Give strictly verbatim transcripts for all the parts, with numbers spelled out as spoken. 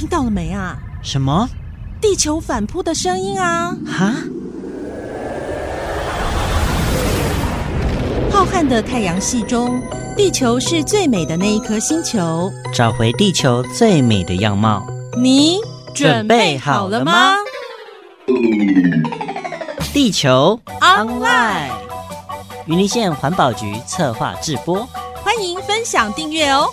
听到了没啊？ 什么？ 地球反扑的声音啊！ 哈？ 浩瀚的太阳系中，地球是最美的那一颗星球。 找回地球最美的样貌， 你准备好了吗？ 地球 Online 云林县环保局策划制播， 欢迎分享订阅哦。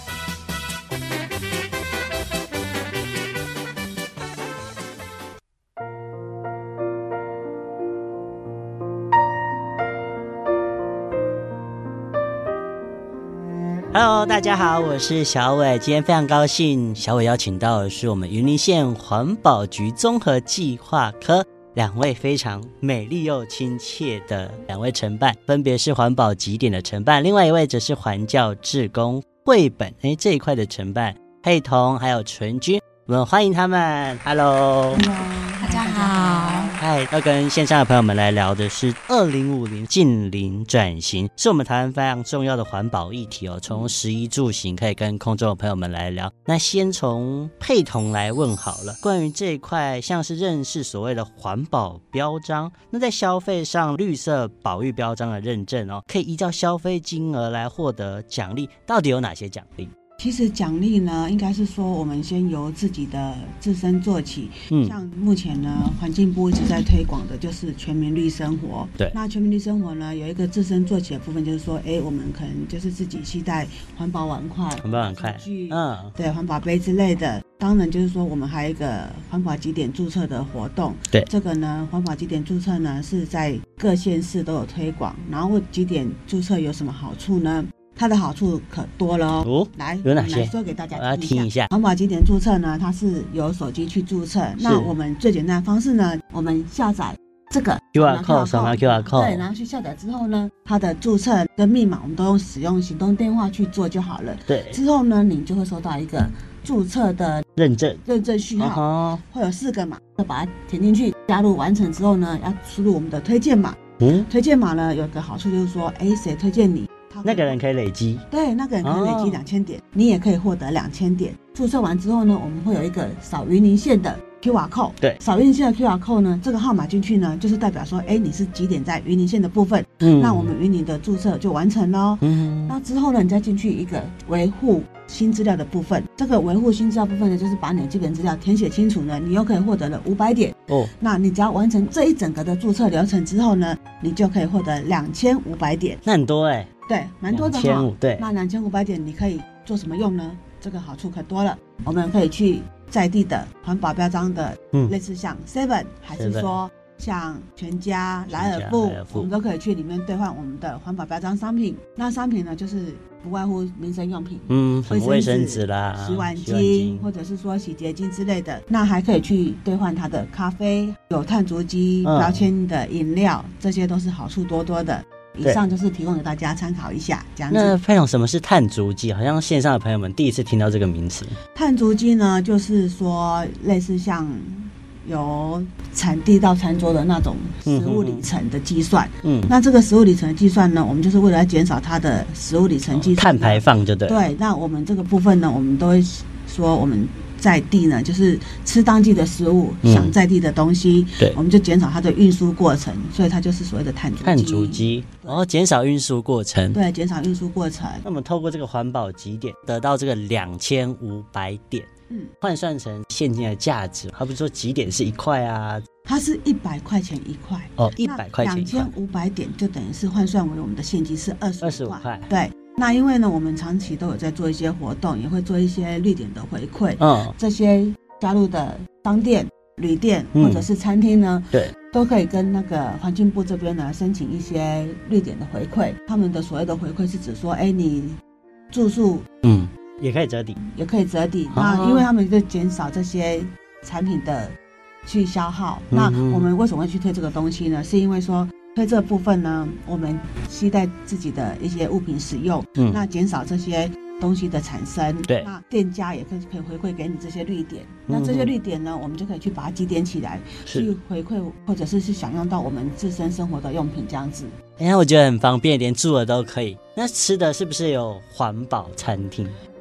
Hello， 大家好，我是小伟。今天非常高兴，小伟邀请到的是我们云林县环保局综合计划科两位非常美丽又亲切的两位承办，分别是环保集点的承办，另外一位则是环教志工绘本诶这一块的承办，佩彤还有纯君，我们欢迎他们。 Hello， 大家好。 嗨，要跟线上的朋友们来聊的是二零五零近零转型，是我们台湾非常重要的环保议题哦。从食衣住行可以跟空中的朋友们来聊。那先从佩彤来问好了，关于这一块，像是认识所谓的环保标章，那在消费上绿色保育标章的认证哦，可以依照消费金额来获得奖励，到底有哪些奖励？ 其实奖励呢，应该是说我们先由自己的自身做起。嗯，像目前呢，环境部一直在推广的就是全民绿生活。 对， 那全民绿生活呢，有一个自身做起的部分，就是说，哎，我们可能就是自己携带环保碗筷、 环保碗筷， 嗯，对，环保杯之类的。当然，就是说我们还有一个环保集点注册的活动。 对， 这个呢，环保集点注册呢是在各县市都有推广。然后集点注册有什么好处呢？它的好处可多了 哦, 哦来有哪些？来说给大家听一下。我要听一下。环保集点注册呢，它是由手机去注册。那我们最简单的方式呢，我们下载这个 Q R code， 扫描 Q R code， 对，然后去下载之后呢，它的注册跟密码我们都用使用行动电话去做就好了。 对， 之后呢，你就会收到一个注册的认证认证序号， uh-huh. 会有四个码，就把它填进去，加入完成之后呢，要输入我们的推荐码。嗯，推荐码呢有个好处就是说，哎，谁推荐你？ 那个人可以累积， 对，那个人可以累积两千点，哦，你也可以获得两千点。注册完之后呢，我们会有一个扫云林县的 Q R code， 对，扫云林县的 Q R code 呢，这个号码进去呢，就是代表说，哎，你是集点在云林县的部分，嗯，那我们云林的注册就完成了。嗯，那之后呢，你再进去一个维护新资料的部分，这个维护新资料部分呢，就是把你的基本资料填写清楚呢，你又可以获得了五百点。哦，那你只要完成这一整个的注册流程之后呢，你就可以获得两千五百点。 那很多哎，欸。 对，蛮多的哈。 两千五，对。 那两千五百点你可以做什么用呢？这个好处可多了。我们可以去在地的环保标章的，嗯，类似像 Seven， 还是说像全家、莱尔富，我们都可以去里面兑换我们的环保标章商品。那商品呢，就是不外乎民生用品，嗯，什么卫生纸啦、洗碗巾，或者是说洗洁精之类的。那还可以去兑换它的咖啡、有碳足迹标签的饮料，嗯，这些都是好处多多的。以上就是提供给大家参考一下，这样子。 那佩彤，什么是碳足迹？好像线上的朋友们第一次听到这个名词。 碳足迹呢，就是说类似像由产地到餐桌的那种食物里程的计算。嗯，那这个食物里程的计算呢，我们就是为了要减少它的食物里程计算， 碳排放，就对。 对，那我们这个部分呢，我们都会说我们在地呢，就是吃当地的食物，嗯，想在地的东西，对，我们就减少它的运输过程，所以它就是所谓的碳足迹。 碳足迹，然后减少运输过程， 对，减少运输过程。 那么透过这个环保集点，得到这个两千五百点，嗯，换算成现金的价值，好比说集点是一块啊， 它是一百块钱一块哦，一百块钱一块， 两千五百点就等于是换算为我们的现金是二十二十五块， 对。那因为呢，我们长期都有在做一些活动，也会做一些绿点的回馈。嗯，这些加入的商店、旅店或者是餐厅呢，嗯，对，都可以跟那个环境部这边呢申请一些绿点的回馈。他们的所谓的回馈是指说，哎，你住宿， 嗯，也可以折抵， 也可以折抵。那，哦，因为他们就减少这些产品的去消耗。嗯，那我们为什么会去推这个东西呢？是因为说，推这个部分呢，我们携带自己的一些物品使用，嗯，那减少这些东西的产生，对，那店家也可以可以回馈给你这些绿点，嗯，那这些绿点呢，我们就可以去把它积点起来，去回馈或者是去享用到我们自身生活的用品这样子。 哎呀，我觉得很方便，连住的都可以。那吃的是不是有环保餐厅？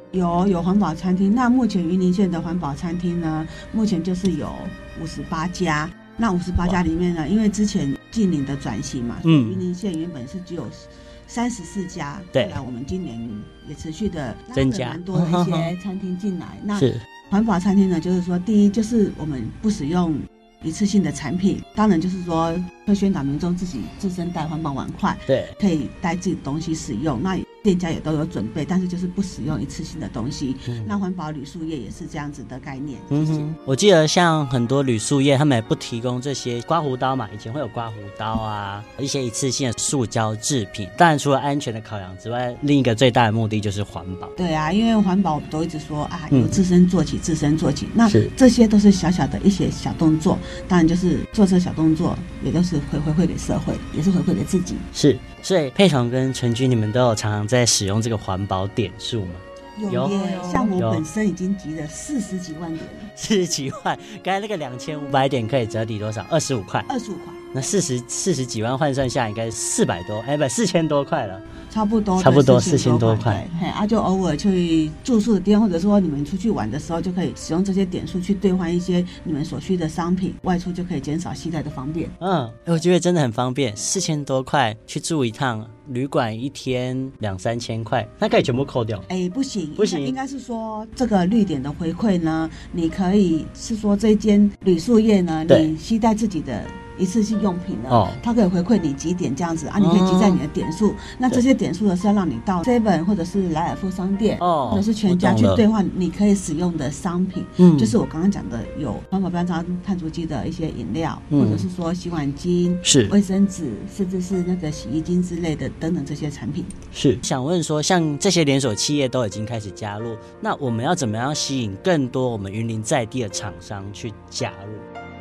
有有环保餐厅。那目前云林县的环保餐厅呢，目前就是有五十八家。那五十八家里面呢，因为之前近邻的转型嘛，嗯，云林县原本是只有三十四家，对，后来我们今年也持续的增加蛮多的一些餐厅进来。那环保餐厅呢，就是说，第一就是我们不使用一次性的产品，当然就是说会宣导民众自己自身带环保碗筷，对，可以带自己的东西使用。那店家也都有准备，但是就是不使用一次性的东西。嗯、那环保铝塑业也是这样子的概念。 嗯哼，我记得像很多铝塑业，他们也不提供这些刮胡刀嘛，以前会有刮胡刀啊，一些一次性的塑胶制品。当然，除了安全的考量之外，另一个最大的目的就是环保。 对啊，因为环保我们都一直说啊，由自身做起，嗯、自身做起。那这些都是小小的一些小动作，当然就是做这小动作，也都是回回馈给社会，也是回馈给自己。 是，所以佩彤跟纯君，你们都有常常在使用这个环保点数吗？ 有耶，像我本身已经集了四十几万点了。 四十几万，刚才那个两千五百点可以折抵多少？二十五块。 二十五块。那四十四十几万换算下，应该四百多，哎，不，四千多块了。 差不多， 差不多四千多块。 嘿，啊，就偶尔去住宿的店，或者说你们出去玩的时候，就可以使用这些点数去兑换一些你们所需的商品，外出就可以减少携带的方便。 嗯，我觉得真的很方便，四千多块去住一趟旅馆，一天两三千块，那可以全部扣掉。 哎，不行， 不行， 应该是说这个绿点的回馈呢，你可以是说这间旅宿业呢，你携带自己的一次性用品呢，哦，它可以回馈你几点这样子啊，你可以积在你的点数。哦、那这些点数呢是要让你到 seven 或者是莱尔富商店，哦，或者是全家去兑换你可以使用的商品。嗯，就是我刚刚讲的有环保标章碳足迹的一些饮料，嗯、或者是说洗碗巾、是卫生纸，甚至是那个洗衣精之类的等等这些产品。 是想问说，像这些连锁企业都已经开始加入，那我们要怎么样吸引更多我们云林在地的厂商去加入？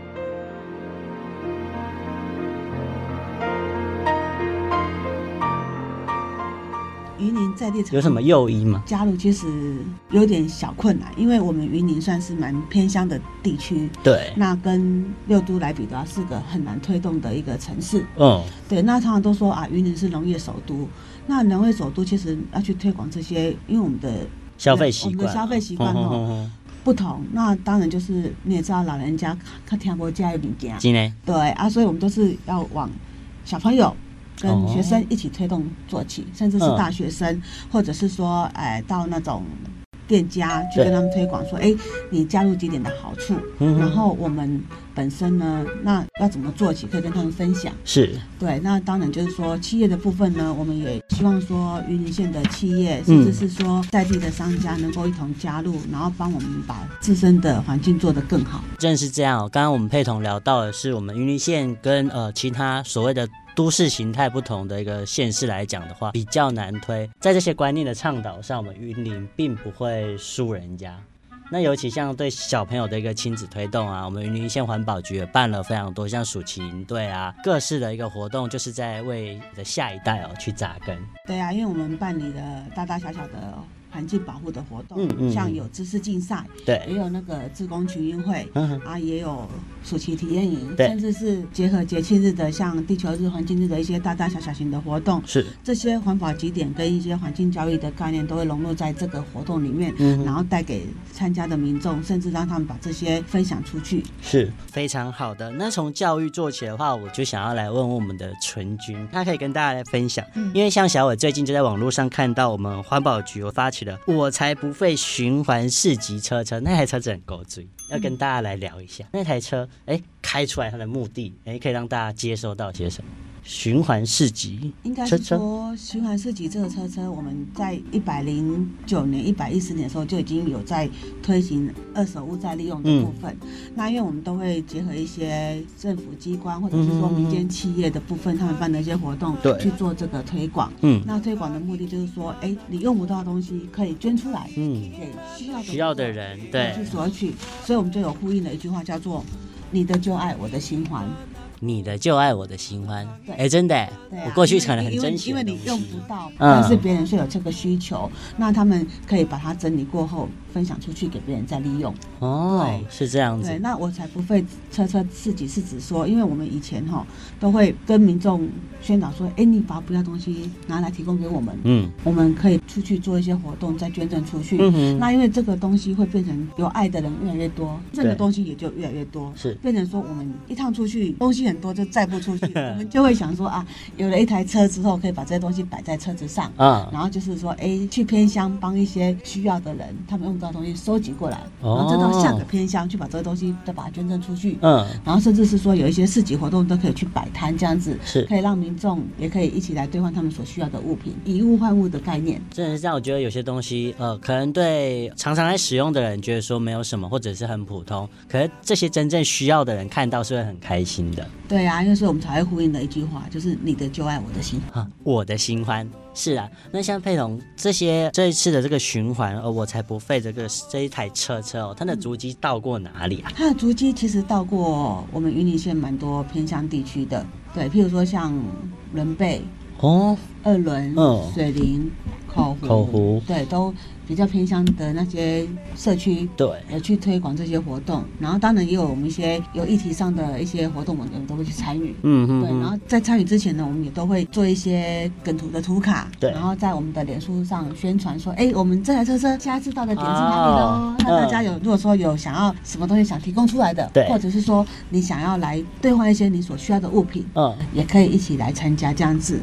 云林在地有什么诱因吗？ 加入其实有点小困难，因为我们云林算是蛮偏乡的地区，对，那跟六都来比的话，是个很难推动的一个城市。嗯，对，那常常都说啊，云林是农业首都，那农业首都其实要去推广这些，因为我们的消费习惯， 我们的消费习惯哦不同，那当然就是你也知道，老人家他听不家的物件，对啊，所以我们都是要往小朋友跟学生一起推动做起，哦、甚至是大学生，嗯、或者是说，哎，到那种店家去跟他们推广说，哎，你加入几点的好处，嗯、然后我们本身呢，那要怎么做起，可以跟他们分享。是，对，那当然就是说企业的部分呢，我们也希望说云林县的企业，甚至是说在地的商家能够一同加入，然后帮我们把自身的环境做得更好。 正是这样，刚刚我们佩彤聊到的是我们云林县跟呃其他所谓的都市形态不同的一个县市来讲的话，比较难推。在这些观念的倡导上，我们云林并不会输人家。那尤其像对小朋友的一个亲子推动啊，我们云林县环保局也办了非常多像暑期营队啊，各式的一个活动，就是在为的下一代哦去扎根。 对啊，因为我们办理的大大小小的环境保护的活动，嗯嗯，像有知识竞赛，对，也有那个志工群英会，嗯啊，也有暑期体验营，甚至是结合节庆日的，像地球日、环境日的一些大大小小型的活动，是这些环保集点跟一些环境教育的概念都会融入在这个活动里面，嗯，然后带给参加的民众，甚至让他们把这些分享出去， 是非常好的。那从教育做起的话，我就想要来问问我们的纯君，他可以跟大家来分享，嗯、因为像小伟最近就在网络上看到我们环保局有发起了我才不废循环市集车车，那台车子很够追，要跟大家来聊一下，嗯、那台车哎开出来它的目的，哎可以让大家接收到些什么？循环市集， 应该是说循环市集这个车车，我们在一百零九年、一百一十年的时候就已经有在推行二手物再利用的部分。嗯、那因为我们都会结合一些政府机关或者是说民间企业的部分，嗯、他们办的一些活动去做这个推广。嗯，那推广的目的就是说，哎，你用不到的东西可以捐出来，嗯，给需要的需要的人，对， 去索取。所以我们就有呼应的一句话，叫做“你的旧爱，我的新欢”。 你的就爱我的新欢，哎，真的、啊，我过去可能很珍惜， 因为你用不到，但是别人是有这个需求，嗯、那他们可以把它整理过后分享出去给别人再利用。 哦，对，是这样子。 对，那我才不费车车自己是指说，因为我们以前哈都会跟民众宣导说，哎，你把不要东西拿来提供给我们，嗯，我们可以出去做一些活动，再捐赠出去。嗯哼，那因为这个东西会变成有爱的人越来越多，这个东西也就越来越多，是变成说我们一趟出去东西很多就载不出去，我们就会想说啊，有了一台车之后，可以把这些东西摆在车子上，啊，然后就是说，哎，去偏乡帮一些需要的人，他们用不到的东西收集过来，哦、然后再到下个偏乡去把这个东西再把它捐赠出去，嗯，然后甚至是说有一些市集活动都可以去摆摊，这样子是可以让民众也可以一起来兑换他们所需要的物品，以物换物的概念。 真的是这样，我觉得有些东西，呃，可能对常常来使用的人觉得说没有什么，或者是很普通，可是这些真正需要的人看到是会很开心的。 对啊，因为是我们才会呼应的一句话，就是你的就爱我的新欢， 啊，我的新欢。是啊，那像佩彤这些这一次的这个循环，哦，我才不费这个这一台车车哦，它的足迹到过哪里啊？ 它的足迹其实到过我们云林县蛮多偏乡地区的，对，譬如说像仑背哦、二仑、嗯、水林、口湖，口湖对，都比较偏乡的那些社区，对，有去推广这些活动。然后当然也有我们一些有议题上的一些活动，我们都会去参与。嗯嗯，对。然后在参与之前呢，我们也都会做一些梗图的图卡，对，然后在我们的脸书上宣传说，哎，我们这台车车下一次到的点是哪里喽？哦、那大家有如果说有想要什么东西想提供出来的，对，或者是说你想要来兑换一些你所需要的物品，嗯，也可以一起来参加这样子。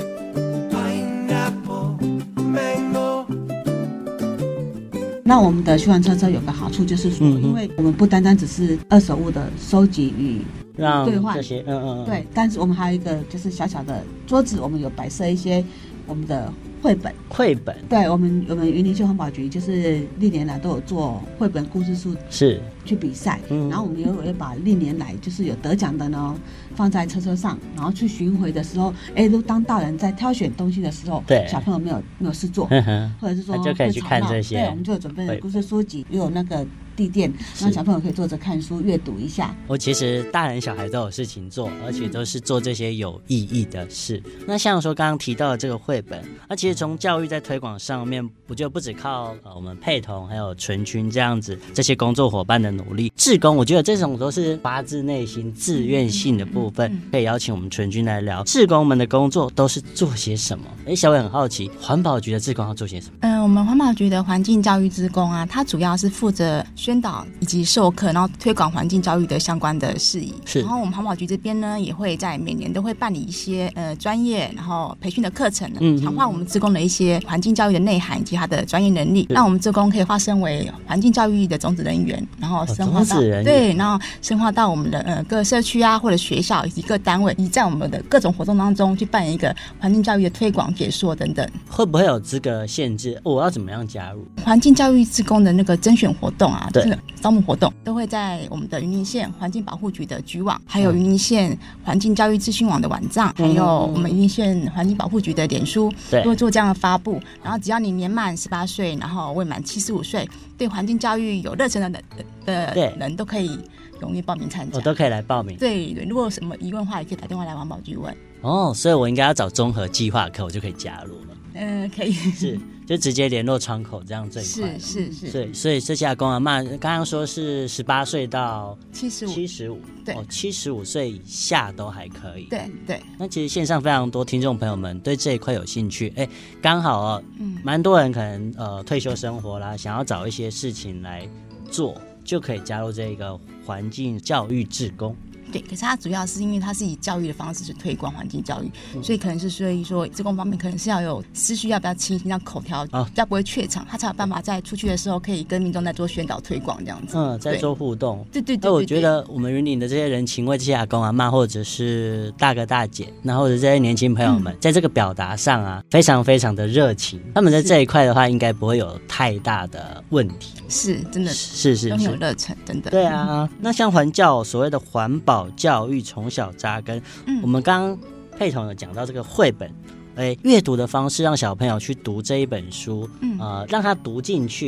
那我们的循环车车有个好处就是说，因为我们不单单只是二手物的收集与兑换这些，嗯嗯，对，但是我们还有一个就是小小的桌子，我们有摆设一些我们的绘本， 绘本， 对，我们我们云林县环保局就是历年来都有做绘本故事书是去比赛，嗯，然后我们也会把历年来就是有得奖的呢放在车车上，然后去巡回的时候，哎，都当大人在挑选东西的时候，对，小朋友没有没有事做，或者是说就可以去看这些， 对，我们就有准备了故事书籍，又有那个地垫，让小朋友可以坐着看书阅读一下。 我其实大人小孩都有事情做，而且都是做这些有意义的事。那像说刚刚提到的这个绘本，那其实从教育在推广上面，不就不只靠呃我们佩彤还有纯君这样子这些工作伙伴的努力，志工我觉得这种都是发自内心自愿性的部分，可以邀请我们纯君来聊志工们的工作都是做些什么。哎，小伟很好奇，环保局的志工要做些什么？ 嗯、呃，我们环保局的环境教育志工啊，它主要是负责宣导以及授课，然后推广环境教育的相关的事宜。是，然后我们环保局这边呢，也会在每年都会办理一些呃专业然后培训的课程，嗯，强化我们志工的一些环境教育的内涵以及它的专业能力，让我们志工可以化身为环境教育的种子人员，然后深化到、哦、对，然后深化到我们的呃各社区啊或者学校以及各单位，以在我们的各种活动当中去扮演一个环境教育的推广、解说等等。 会不会有资格限制？我要怎么样加入环境教育志工的那个甄选活动啊？对。招募活动都会在我们的云林县环境保护局的局网，还有云林县环境教育资讯网的网站，还有我们云林县环境保护局的脸书，都会做这样的发布。然后只要你年满十八岁，然后未满七十五岁，对环境教育有热忱的的人都可以踊跃报名参加。 我、哦、都可以来报名。 对对，如果有什么疑问的话，也可以打电话来环保局问。 哦，所以我应该要找综合计划课，我就可以加入了。 嗯、呃，可以是。就直接联络窗口，这样最快。 是是是。 所以所以这些阿公阿嬷刚刚说是十八岁到七十五， 七十五，对，哦，七十五岁以下都还可以。 对对。 那其实线上非常多听众朋友们对这一块有兴趣，哎，刚好哦，嗯，蛮多人可能呃退休生活啦，想要找一些事情来做，就可以加入这个环境教育志工。 对，可是它主要是因为它是以教育的方式去推广环境教育，嗯、所以可能是所以说志工方面可能是要有思绪要比较清晰，让口条比较不会怯场，他才有办法在出去的时候可以跟民众在做宣导推广这样子。 嗯，在做互动。 对对 对, 对, 对, 对。 那我觉得我们云林的这些人情味，这些阿公阿嬷或者是大哥大姐，那或者这些年轻朋友们，嗯、在这个表达上啊，非常非常的热情。他们在这一块的话，应该不会有太大的问题。 是，真的是是是， 都很有热忱，真的。 对啊，那像环教所谓的环保教育从小扎根，嗯、我们刚刚佩彤有讲到这个绘本，哎，阅读的方式让小朋友去读这一本书，嗯、呃，让他读进去，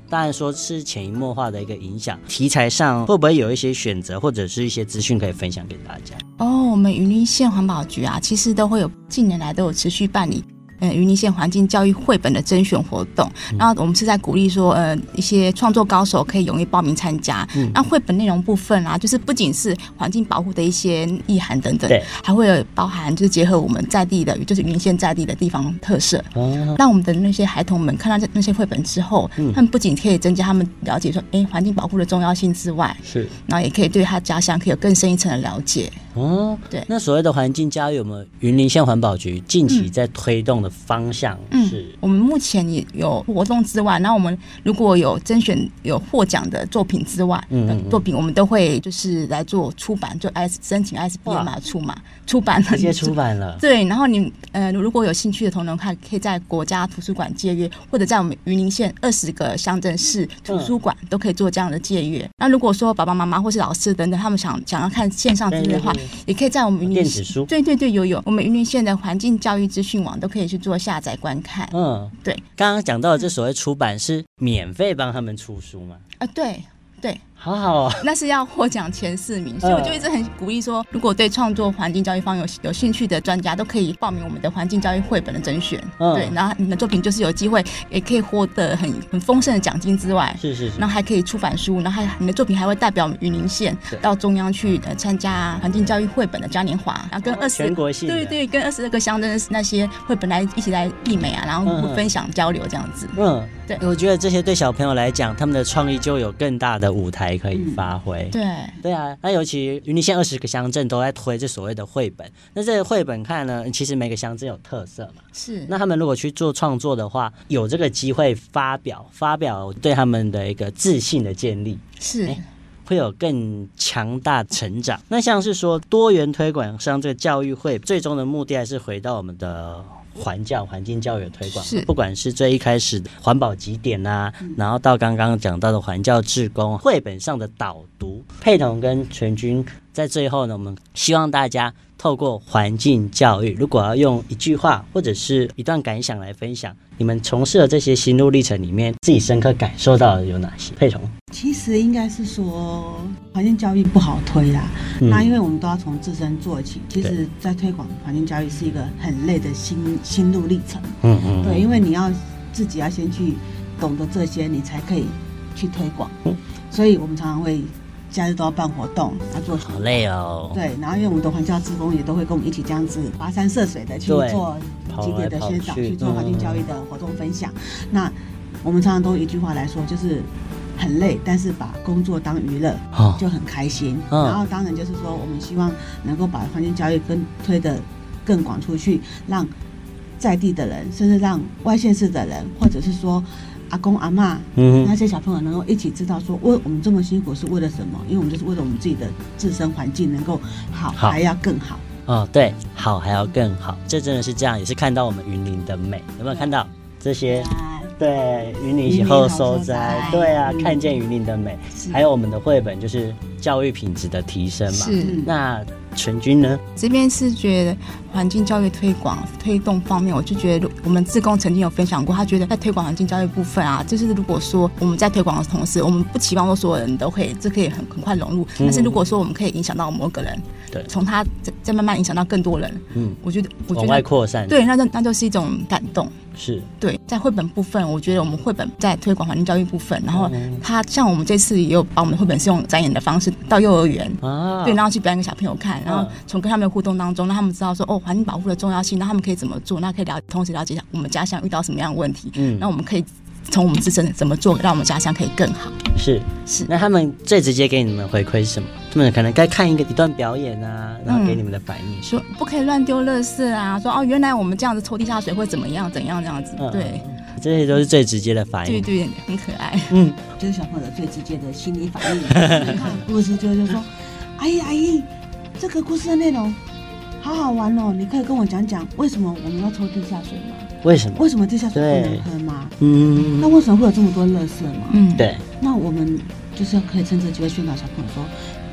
当然说是潜移默化的一个影响。题材上会不会有一些选择，或者是一些资讯可以分享给大家？ 哦，我们云林县环保局啊，其实都会有近年来都有持续办理呃，云林县环境教育绘本的甄选活动，嗯、然后我们是在鼓励说，呃，一些创作高手可以踊跃报名参加。嗯，那绘本内容部分啊，就是不仅是环境保护的一些意涵等等，对，还会有包含就是结合我们在地的，就是云林县在地的地方特色。哦，让我们的那些孩童们看到那些绘本之后，嗯，他们不仅可以增加他们了解说，哎，环境保护的重要性之外，是，然后也可以对他家乡可以有更深一层的了解。 哦，对，那所谓的环境教育，我们云林县环保局近期在推动的方向是、嗯、 我们目前也有活动之外，然后我们如果有甄选有获奖的作品之外，嗯嗯嗯作品我们都会就是来做出版，就 I S 申请 I S B N 嘛出嘛出版了， 直接出版了。 对，然后你呃如果有兴趣的同仁看，可以在国家图书馆借阅，或者在我们云林县二十个乡镇市图书馆、嗯、都可以做这样的借阅。那如果说爸爸妈妈或是老师等等，他们想想要看线上资料的话，也可以在我们云林电子书， 对对对，有有我们云林县的环境教育资讯网都可以去做下载观看。嗯，对。 刚刚讲到的这所谓出版是免费帮他们出书吗？ 啊，对对。 好好啊， 那是要获奖前四名，所以我就一直很鼓励说，如果对创作环境教育方有有兴趣的专家，都可以报名我们的环境教育绘本的甄选。嗯，对，然后你的作品就是有机会，也可以获得很很丰盛的奖金之外，是是是，然后还可以出版书，然后还你的作品还会代表云林县到中央去呃参加环境教育绘本的嘉年华，然后跟二十全国性的对对，跟二十二个乡镇那些绘本来一起来媲美啊，然后分享交流这样子。嗯， 对，我觉得这些对小朋友来讲，他们的创意就有更大的舞台可以发挥。嗯， 对对啊，那尤其云林县二十个乡镇都在推这所谓的绘本，那这个绘本看呢，其实每个乡镇有特色嘛，是。那他们如果去做创作的话，有这个机会发表，发表对他们的一个自信的建立，是。会有更强大成长。那像是说多元推广上这个教育会，最终的目的还是回到我们的环教环境教育的推广，不管是最一开始的环保集点啊、嗯、然后到刚刚讲到的环教志工绘本上的导读，佩彤跟全军在最后呢，我们希望大家透过环境教育，如果要用一句话或者是一段感想来分享，你们从事的这些心路历程里面自己深刻感受到的有哪些？佩彤， 其实应该是说环境教育不好推啦、嗯、那因为我们都要从自身做起，其实在推广环境教育是一个很累的心心路历程。嗯嗯，对，因为你要自己要先去懂得这些，你才可以去推广。嗯，所以我们常常会假日都要办活动，要做好累哦。 对，然后因为我们的环教志工也都会跟我们一起这样子跋山涉水的去做集体的宣导，去做环境教育的活动分享。嗯、那我们常常都一句话来说，就是很累，但是把工作当娱乐、哦、就很开心、哦。然后当然就是说，我们希望能够把环境教育跟推得更广出去，让在地的人，甚至让外县市的人，或者是说阿公阿嬷、嗯、那些小朋友能够一起知道说，为我们这么辛苦是为了什么？因为我们就是为了我们自己的自身环境能够好，好还要更好。 哦，对，好还要更好，这真的是这样，也是看到我们云林的美。有没有看到这些？对，云林一起后收摘，对啊、嗯，看见云林的美，还有我们的绘本就是教育品质的提升嘛。是，那全军呢？ 这边是觉得环境教育推广推动方面，我就觉得我们志工曾经有分享过，他觉得在推广环境教育部分啊，就是如果说我们在推广的同时，我们不期望说所有人都可以，这可以很很快融入、嗯，但是如果说我们可以影响到某个人，对，从他再慢慢影响到更多人，嗯，我觉得我觉得往外扩散， 对，那就那就是一种感动。 是对，在绘本部分，我觉得我们绘本在推广环境教育部分，然后他像我们这次也有把我们的绘本是用展演的方式到幼儿园，啊，对，然后去表演给小朋友看，然后从跟他们的互动当中，让他们知道说哦，环境保护的重要性，那他们可以怎么做，那可以了同时了解我们家乡遇到什么样的问题，嗯，那我们可以从我们自身怎么做，让我们家乡可以更好。 是是，那他们最直接给你们的回馈是什么？他们可能该看一个一段表演啊，然后给你们的反应、嗯、 说不可以乱丢垃圾啊，说哦原来我们这样子抽地下水会怎么样怎样这样子、嗯、对， 这些都是最直接的反应。 对对，很可爱。 嗯，就是小朋友最直接的心理反应。看故事就就说，阿姨阿姨，这个故事的内容好好玩哦，你可以跟我讲讲为什么我们要抽地下水吗？ 为什么？ 为什么地下水不能喝吗？嗯，那为什么会有这么多垃圾吗？嗯，对。那我们就是要可以趁这个机会宣导小朋友说，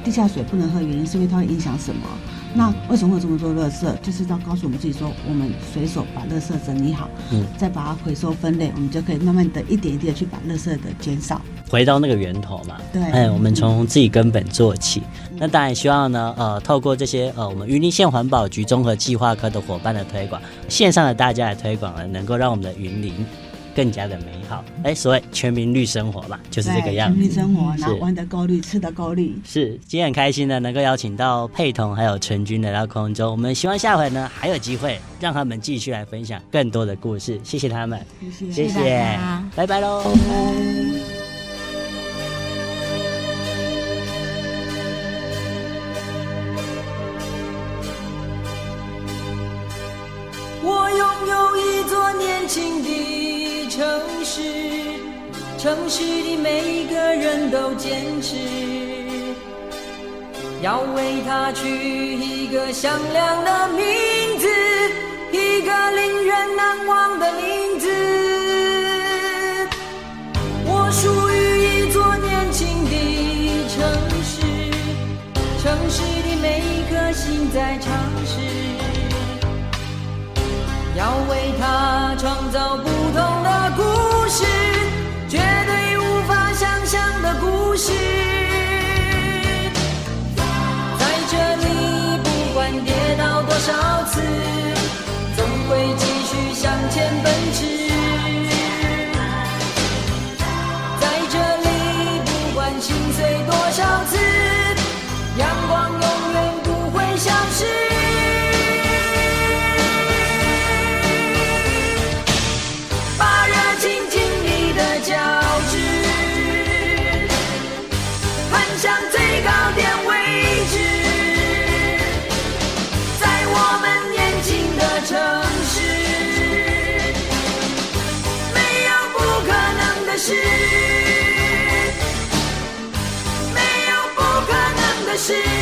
地下水不能喝，原因是因为它会影响什么？那为什么会有这么多垃圾？就是要告诉我们自己说，我们随手把垃圾整理好，嗯，再把它回收分类，我们就可以慢慢的一点一滴的去把垃圾的减少， 回到那个源头嘛。 对， 哎，我们从自己根本做起。嗯、那当然希望呢，呃，透过这些呃，我们云林县环保局综合计划科的伙伴的推广，线上的大家的推广呢，能够让我们的云林更加的美好。哎，所谓全民绿生活嘛，就是这个样子。 全民生活，然后玩得够绿，吃得够绿。 是，今天很开心的能够邀请到佩彤还有陈君来到空中，我们希望下回呢还有机会让他们继续来分享更多的故事。谢谢他们， 谢谢， 谢谢，拜拜喽。 我拥有一座年轻的城市，城市里每一个人都坚持，要为它取一个响亮的名字，一个令人难忘的名字。我属于一座年轻的城市，城市里每一颗心在尝试，要为它创造不同的故事，绝对无法想象的故事。在这里不管跌倒多少次，总会继续向前奔驰。在这里不管心碎多少次，阳光永远不会消失。向最高点位置，在我们年轻的城市，没有不可能的事，没有不可能的事。